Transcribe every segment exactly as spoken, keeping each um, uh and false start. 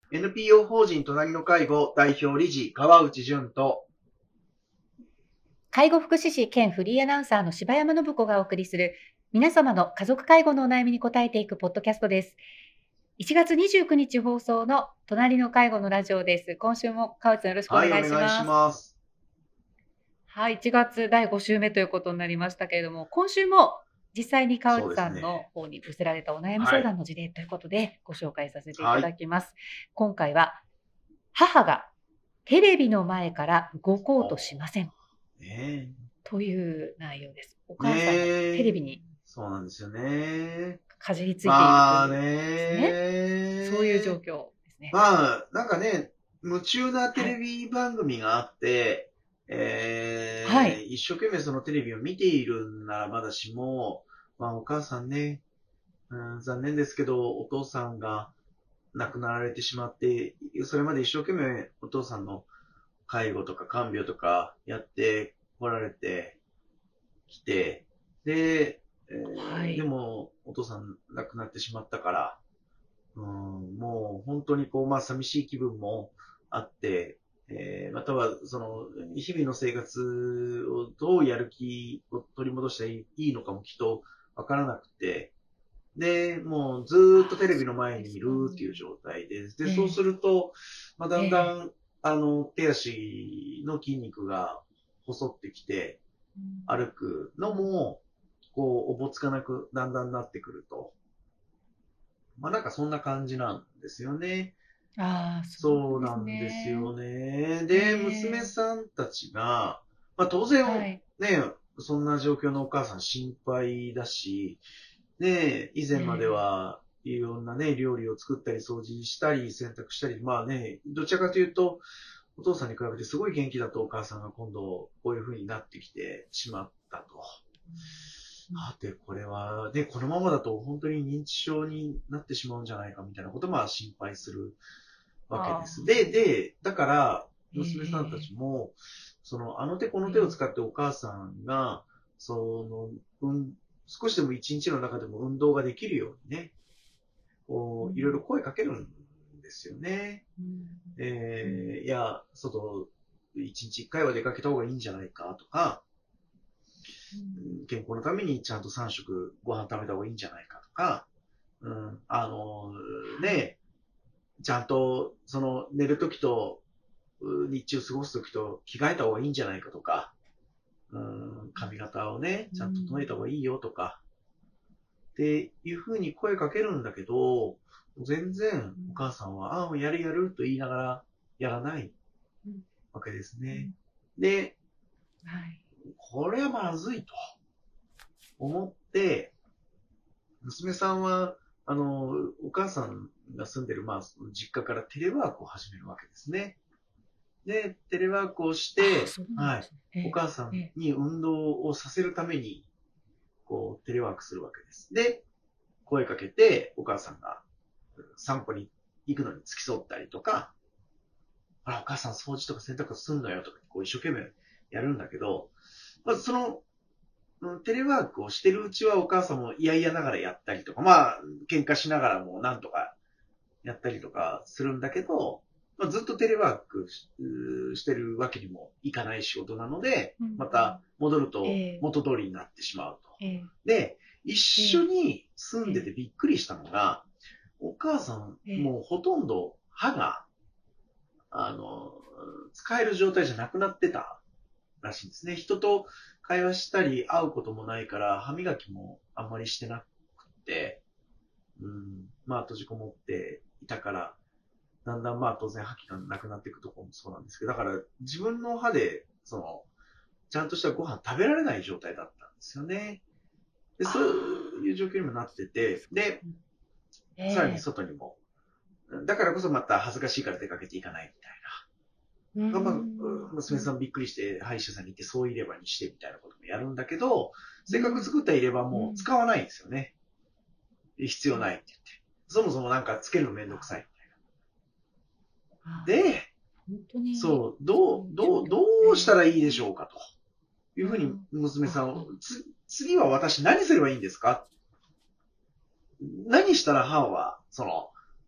エヌピーオー 法人隣の介護代表理事川内淳と、 介護福祉士兼フリーアナウンサーの柴山信子がお送りする皆様の家族介護のお悩みに答えていくポッドキャストです。いちがつにじゅうくにち放送の隣の介護のラジオです。今週も川内さんよろしくお願いします。 はい、お願いします。 はい、いちがつだいご週目ということになりましたけれども、今週も実際に川内さんの方に寄せられたお悩み相談の事例ということでご紹介させていただきます。はい、今回は、母がテレビの前から動こうとしません。 ね、 という内容です。お母さんがテレビに、 そうなんですよね。 かじりついているというですね。そういう状況ですね。 まあ、なんかね、夢中なテレビ番組があって、はい、えーはい、一生懸命そのテレビを見ているならまだしも、まあお母さんね、うん、残念ですけど、お父さんが亡くなられてしまって、それまで一生懸命お父さんの介護とか看病とかやって来られてきて、で、えーはい、でもお父さん亡くなってしまったから、うん、もう本当にこう、まあ寂しい気分もあって、えー、またはその日々の生活をどうやる気を取り戻したらいいのかもきっとわからなくて、で、もうずーっとテレビの前にいるっていう状態です。で、そうすると、まあ、だんだん、えー、あの、手足の筋肉が細ってきて、歩くのも、こう、おぼつかなくだんだんなってくると。まあ、なんかそんな感じなんですよね。 ああ、 そうなんですよね。で、娘さんたちが、まあ当然、ね、はい、そんな状況のお母さん心配だし、ね、以前まではいろんなね、料理を作ったり掃除したり洗濯したり、まあね、どちらかというと、お父さんに比べてすごい元気だとお母さんが今度こういう風になってきてしまったと。はて、これは、ね、このままだと本当に認知症になってしまうんじゃないかみたいなことも心配するわけです。で、で、だから、娘さんたちも、その、あの手この手を使ってお母さんが、その、うん、少しでも一日の中でも運動ができるようにね、こう、いろいろ声かけるんですよね。うん、えー、いや、外、一日一回は出かけた方がいいんじゃないかとか、うん、健康のためにちゃんとさん食ご飯食べた方がいいんじゃないかとか、うん、あの、ね、ちゃんと、その、寝るときと、日中過ごすときと着替えた方がいいんじゃないかとか、うん、髪型をね、ちゃんと整えた方がいいよとか、っていうふうに声かけるんだけど、全然お母さんは、ああ、やるやると言いながらやらないわけですね。で、はい、これはまずいと思って、娘さんは、あの、お母さんが住んでる、まあ、実家からテレワークを始めるわけですね。で、テレワークをして、はい、お母さんに運動をさせるために、こう、テレワークするわけです。で、声かけて、お母さんが散歩に行くのに付き添ったりとか、あら、お母さん掃除とか洗濯すんのよとか、こう一生懸命やるんだけど、まずその、テレワークをしてるうちはお母さんも嫌々ながらやったりとか、まあ、喧嘩しながらもなんとかやったりとかするんだけど、まあ、ずっとテレワーク し, してるわけにもいかない仕事なので、また戻ると元通りになってしまうと。えー、で、一緒に住んでてびっくりしたのが、お母さんもうほとんど歯が、あの、使える状態じゃなくなってたらしいんですね。人と会話したり会うこともないから歯磨きもあんまりしてなくて、うん、まあ閉じこもっていたから、だんだんまあ当然覇気がなくなっていくところもそうなんですけど、だから自分の歯で、その、ちゃんとしたご飯食べられない状態だったんですよね。で、そういう状況にもなってて、で、えー、さらに外にも、だからこそまた恥ずかしいから出かけていかないみたいな。まあ、娘さんびっくりして歯医者さんに行ってそう入れ歯にしてみたいなこともやるんだけど、せっかく作った入れ歯も使わないんですよね。必要ないって言って。そもそもなんかつけるのめんどくさい。で、そう、どう、どう、どうしたらいいでしょうかというふうに娘さんを、つ、次は私何すればいいんですか？何したら歯は、その、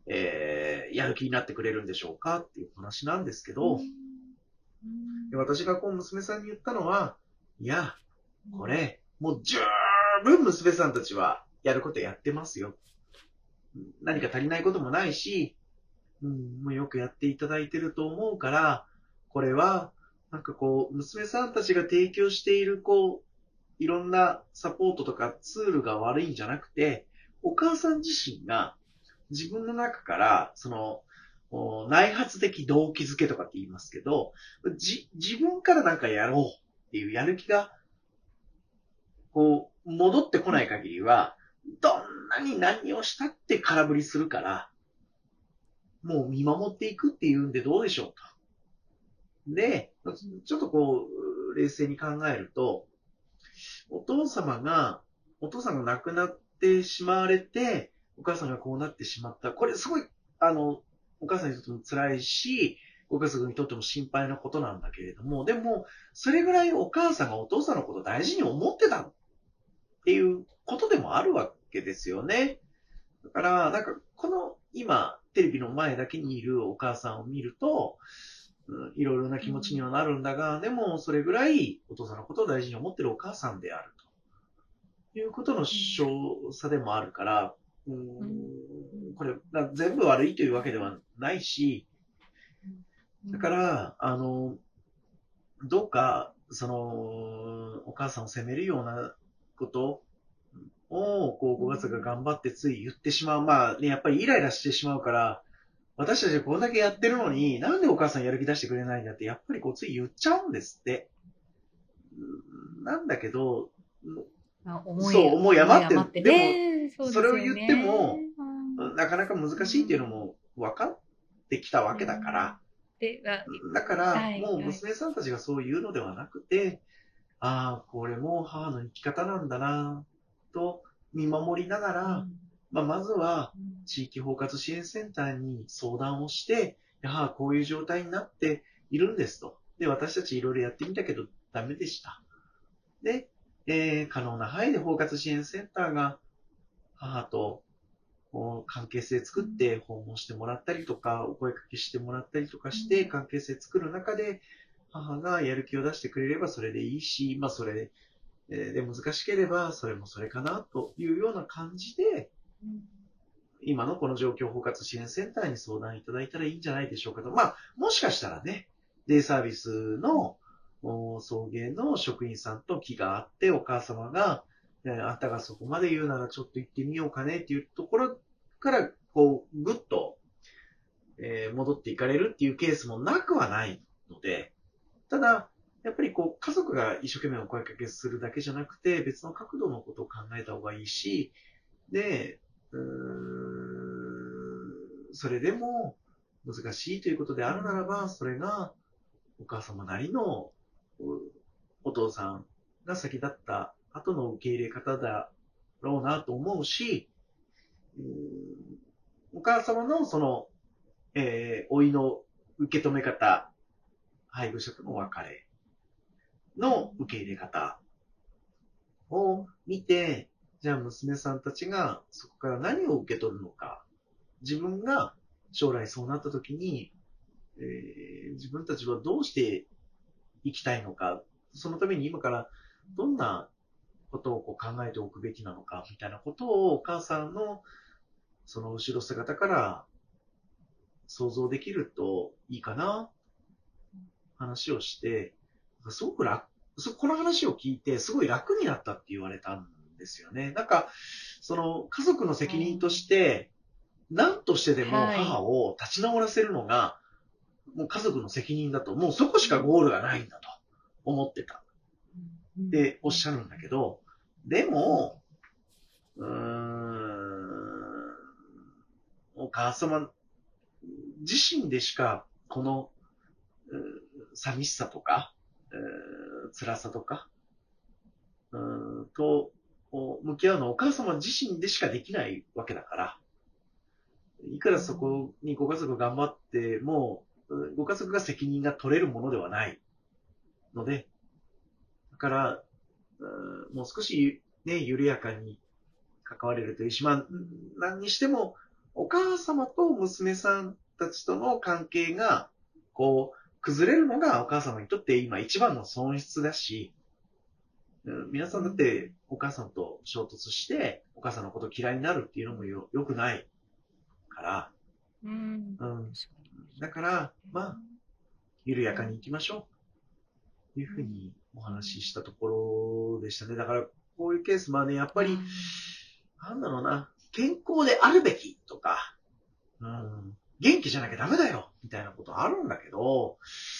えー、やる気になってくれるんでしょうかっていう話なんですけど、で私がこう娘さんに言ったのは、いや、これ、もう十分娘さんたちはやることやってますよ。何か足りないこともないし、うん、もうよくやっていただいてると思うから、これは、なんかこう、娘さんたちが提供している、こう、いろんなサポートとかツールが悪いんじゃなくて、お母さん自身が自分の中から、その、内発的動機づけとかって言いますけど、じ、自分からなんかやろうっていうやる気が、こう、戻ってこない限りは、どんなに何をしたって空振りするから、もう見守っていくっていうんでどうでしょうと。で、ちょっとこう、冷静に考えると、お父様が、お父さんが亡くなってしまわれて、お母さんがこうなってしまった。これすごい、あの、お母さんにとっても辛いし、ご家族にとっても心配なことなんだけれども、でも、それぐらいお母さんがお父さんのことを大事に思ってたっていうことでもあるわけですよね。だから、なんか、この今、テレビの前だけにいるお母さんを見ると、うん、いろいろな気持ちにはなるんだが、でも、それぐらいお父さんのことを大事に思ってるお母さんであるということの少差でもあるから、うーん、これ、全部悪いというわけではないし、だから、あの、どうか、その、お母さんを責めるようなことを、こう、ご家族が頑張ってつい言ってしまう。まあね、やっぱりイライラしてしまうから、私たちはこれだけやってるのに、なんでお母さんやる気出してくれないんだって、やっぱりこう、つい言っちゃうんですって。なんだけど、そう、思い余ってる。でも、それを言っても、なかなか難しいっていうのも分かってきたわけだから、だから、もう娘さんたちがそう言うのではなくて、ああ、これも母の生き方なんだな、と見守りながら、まあ、まずは地域包括支援センターに相談をして、母はこういう状態になっているんですと。で、私たちいろいろやってみたけどダメでした。で、えー、可能な範囲で包括支援センターが母と関係性作って訪問してもらったりとか、お声かけしてもらったりとかして、関係性作る中で、母がやる気を出してくれればそれでいいし、まあそれで、で難しければそれもそれかなというような感じで、今のこの状況包括支援センターに相談いただいたらいいんじゃないでしょうかと。まあ、もしかしたらね、デイサービスの送迎の職員さんと気があって、お母様が、あんたがそこまで言うならちょっと行ってみようかねっていうところから、こう、ぐっと、えー、戻っていかれるっていうケースもなくはないので、ただ、やっぱりこう、家族が一生懸命お声かけするだけじゃなくて、別の角度のことを考えた方がいいし、で、うーん、それでも難しいということであるならば、それがお母様なりのお父さんが先立った後の受け入れ方だろうなと思うし、うーん、お母様のその、えー、老いの受け止め方、配偶者との別れの受け入れ方を見て、じゃあ娘さんたちがそこから何を受け取るのか、自分が将来そうなった時に、えー、自分たちはどうしていきたいのか、そのために今からどんなことをこう考えておくべきなのか、みたいなことをお母さんのその後ろ姿から想像できるといいかな、話をして、すごく楽、この話を聞いてすごい楽になったって言われたんですよね。なんか、その家族の責任として、何としてでも母を立ち直らせるのが、もう家族の責任だと、もうそこしかゴールがないんだと思ってた。っておっしゃるんだけど、でも、うーん、お母様自身でしか、この、寂しさとか、辛さとか、うんと、向き合うのはお母様自身でしかできないわけだから、いくらそこにご家族頑張っても、ご家族が責任が取れるものではないので、だから、うん、もう少しね、緩やかに関われるといいし、まあ、何にしても、 お母様と娘さんたちとの関係が、こう、崩れるのがお母様にとって今一番の損失だし、うん、皆さんだってお母さんと衝突して、お母さんのこと嫌いになるっていうのもよ、よくないから、 うん。 うん。だから、まあ、緩やかに行きましょう。というふうにお話ししたところでしたね。だから、こういうケース、まあね、やっぱり、なんだろうな、健康であるべきとか、うん、元気じゃなきゃダメだよ、みたいなことあるんだけど、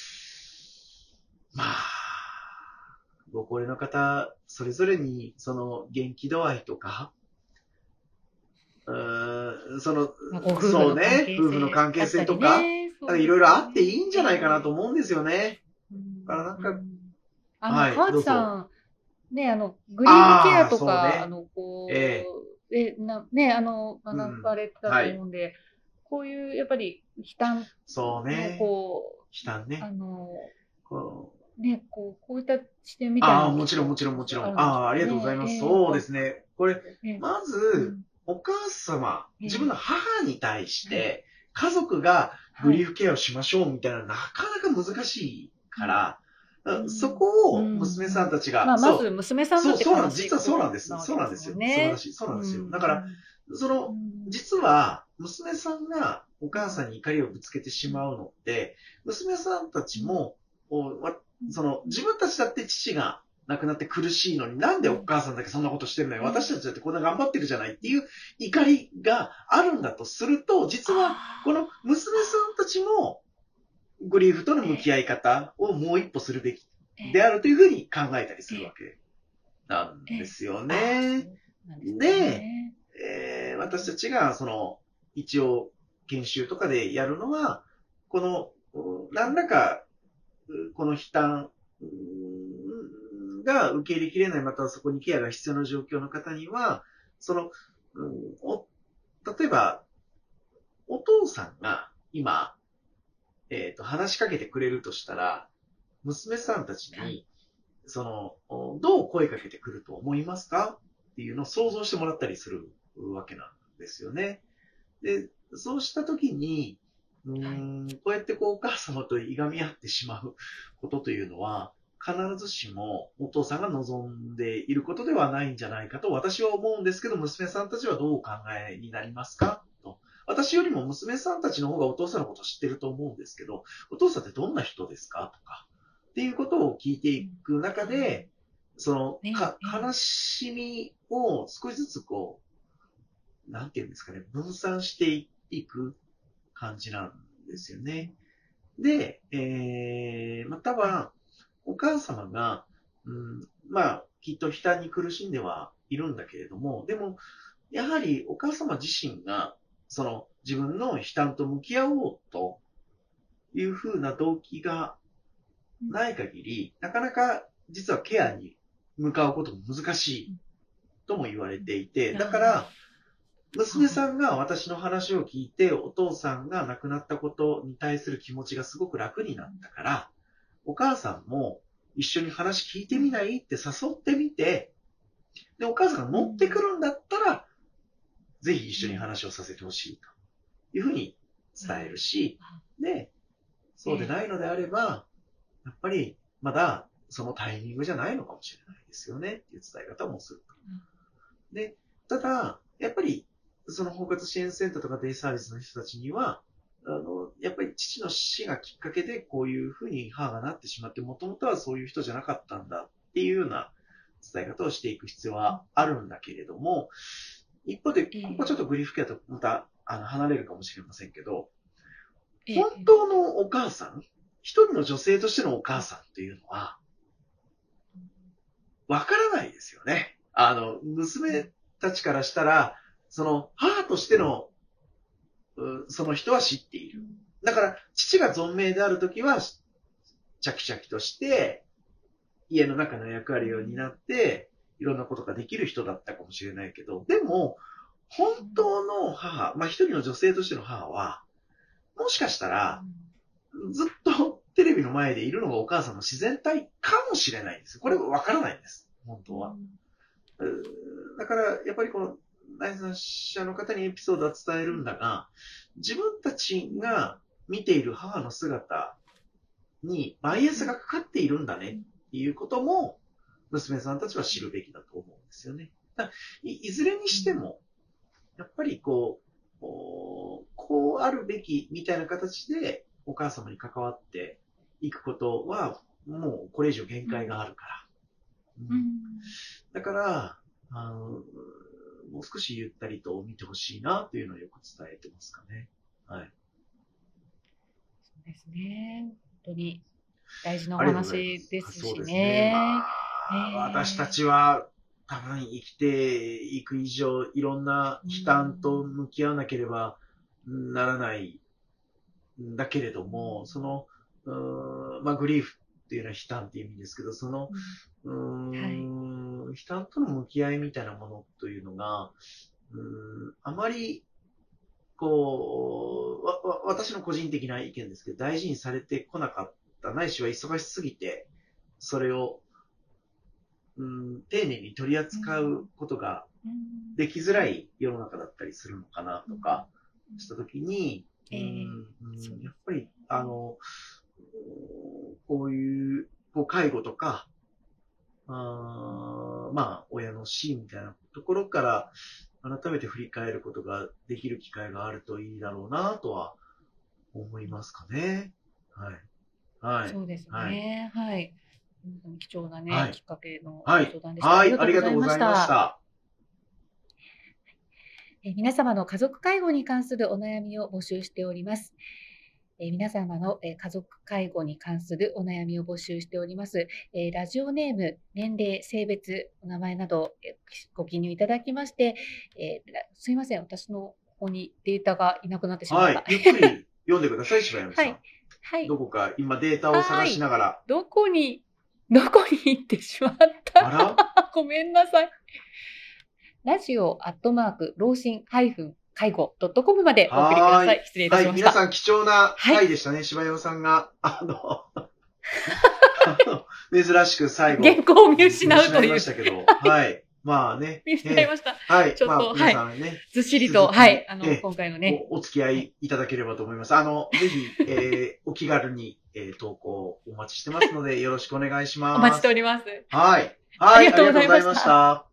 まあ、ご高齢の方、それぞれに、その、元気度合いとか、うーん、その、 まあ、ご夫婦そうの関ね、夫婦の係性関係だったり性とか、 ね。そういろいろあっていいんじゃないかなとう思うんですよね。 ん。 だからなんか、 うん。あの、 はい、 河どうぞ。 内さん、ね、あの、グリーフケアああ、 とか、あそうね。 の、こええ、 う、え、な、ね、あの、 う学ん。 ばれてたとはい。 思うんで、こういう、やっぱり、悲嘆の、 そうね。 こ来たう、あね。 の、 こうね、こう、こういった視点みたいなああ、 のもきっもちろんもちろんともちろん。 あるんでしょああ、ありがとうございうかね。 ます。 ええ、 そうですね。これ、 ええ、 まず、 うん、 お母様、 ええ、 自分の母に対しはい、 て、家族がグはい、 リーフケアをしましょうみたいな、なかなか難しいうん、 から、うんそうん、うこを娘さんん。 たちが、 まあ、まずそう、 娘さんだそう、 ってそうなん、 悲しいこ実はそうなんです。 となわけですそうなんですよ。 もんね。 素晴らしい。そうなうんですよ。だから、 ん、 その、 うん、 実は、娘さんがおうん、 母さんに怒りをぶつけてしまうのって、娘さんたうん、 ちも、おわうん、 その、自分たちだって父が亡くなって苦しいのに、なんでお母さんだけそんなことしてるのよ。 うん、 私たちだってこんな頑張ってるじゃないっていう怒りがあるんだとすると、実は、このあ娘さんたちも、グリーフとのあ、え向き合い方をもう一歩するべきえ、 であるというふうに考えたりするわえけなんえ、えですよああ、そね。 うなんですで、 ね。 えー私たちが、その、一応、研修とかでやるのは、この、何らか、この悲嘆が受け入れきれない、またはそこにケアが必要な状況の方には、その、うん、お例えば、お父さんが今、えっ、と、話しかけてくれるとしたら、娘さんたちはい。 に、その、どう声かけてくると思いますかっていうのを想像してもらったりするわけなんですよね。で、そうしたときに、うーはい。 ん、こうやってこうお母様といがみ合ってしまうことというのは、必ずしもお父さんが望んでいることではないんじゃないかと私は思うんですけど、娘さんたちはどうお考えになりますかと。私よりも娘さんたちの方がお父さんのことを知ってると思うんですけど、お父さんってどんな人ですかとか、っていうことを聞いていく中で、その、 ねか、 え、え悲しみを少しずつこう、なんていうんですかね、分散していく感じなんですよね。で、えー、またはい。 は、お母様が、うん、まあ、きっと悲嘆に苦しんではいるんだけれども、でも、やはりお母様自身が、その自分の悲嘆と向き合おうというふうな動機がうん、 ない限り、なかなか実はケアに向かうことも難しいうん、 とも言われうん。 ていて、だから、 ああ、はは。 娘さんが私の話を聞いて、お父さんが亡くなったことに対する気持ちがすごく楽になったから、お母さんも一緒に話聞いてみないって誘ってみて、で、お母さんが乗ってくうん、 るんだったら、ぜひ一緒にうん。 話をさせてほしいというふうに伝えるし、 ああ、 で、そうでええ、 ないのであれば、やっぱりまだそのタイミングじゃないのかもしれないですよねっていう伝え方もすると。で、ただ、やっぱり、その包括支援センターとかデイサービスの人たちには、あの、やっぱり父の死がきっかけでこういうふうに母がなってしまって、もともとはそういう人じゃなかったんだっていうような伝え方をしていく必要はあるんだけれども、一方で、 えここはちょっとえ、 グリーフケアとまたあの離れるかもしれませんけど、本ええ、 当のお母さん、一人の女性としてのお母さんっていうのは、わからないですよね。あの、娘たちからしたら、その、母としての、その人は知っている。だから、父が存命であるときは、チャキチャキとして、家の中の役割を担って、いろんなことができる人だったかもしれないけど、でも、本当の母、まあ、一人の女性としての母は、もしかしたら、ずっとテレビの前でいるのがお母さんの自然体かもしれないんです。これわからないんです。本当は。だから、やっぱりこの、 第三者の方にエピソードは伝えるんだが、自分たちが見ている母の姿にバイアスがかかっているんだねっていうことも、娘さんたちは知るべきだと思うんですよね。だい, いずれにしても、やっぱりこう、こうあるべきみたいな形でお母様に関わっていくことは、もうこれ以上限界があるから。うん、だから、あの、もう少しゆったりと見てほしいなというのをよく伝えてますかね。はい。 そうですね。本当に大事なお話ですしね。 そうですね。まあ、えー、私たちは多分生きていく以上、いろんな悲嘆と向き合わなければならないんだけれども、その、うーんまあ、グリーフっていうのは悲嘆っていう意味ですけど、その、うーん、はい、悲嘆との向き合いみたいなものというのが、うーんあまり、こうわわ、私の個人的な意見ですけど、大事にされてこなかった、ないしは忙しすぎて、それを、うん、丁寧に取り扱うことができづらい世の中だったりするのかなとかしたときに、うんうん、やっぱり、あの、こういう、こう介護とか、あまあ、親の死みたいなところから、改めて振り返ることができる機会があるといいだろうなとは思いますかね。はい。はい。 そうですね。はい。はい、貴重なね、はい、きっかけの相談でした。はい。ありがとうございました。 え皆様の家族介護に関するお悩みを募集しております。え皆様の家族介護に関するお悩みを募集しております。えラジオネーム、年齢、性別、お名前などご記入いただきまして、えすいません、私のここにデータがいなくなってしまった。 はい、ゆっくり読んでください、柴山さん。 はい。はい。 どこか今データを探しながら。 どこに、どこに行ってしまったあらごめんなさい。ラジオアットマーク、老人介護 .com までお送りください。失礼いたしました。はい、 皆さん貴重な回でしたね、はい、柴山さんが。あの、珍しく最後。 原稿を見失うという。 見失いましたけど、はい。まあね。 見失いました。 はい。 ちょっと、 まあ、皆さんね、はい、 ずっしりと、はい、あの、今回のねお。お付き合いいただければと思います。あの、ぜひ、えー、お気軽に、えー、投稿お待ちしてますので、よろしくお願いします。 お待ちしております。 はい。はい、ありがとうございました。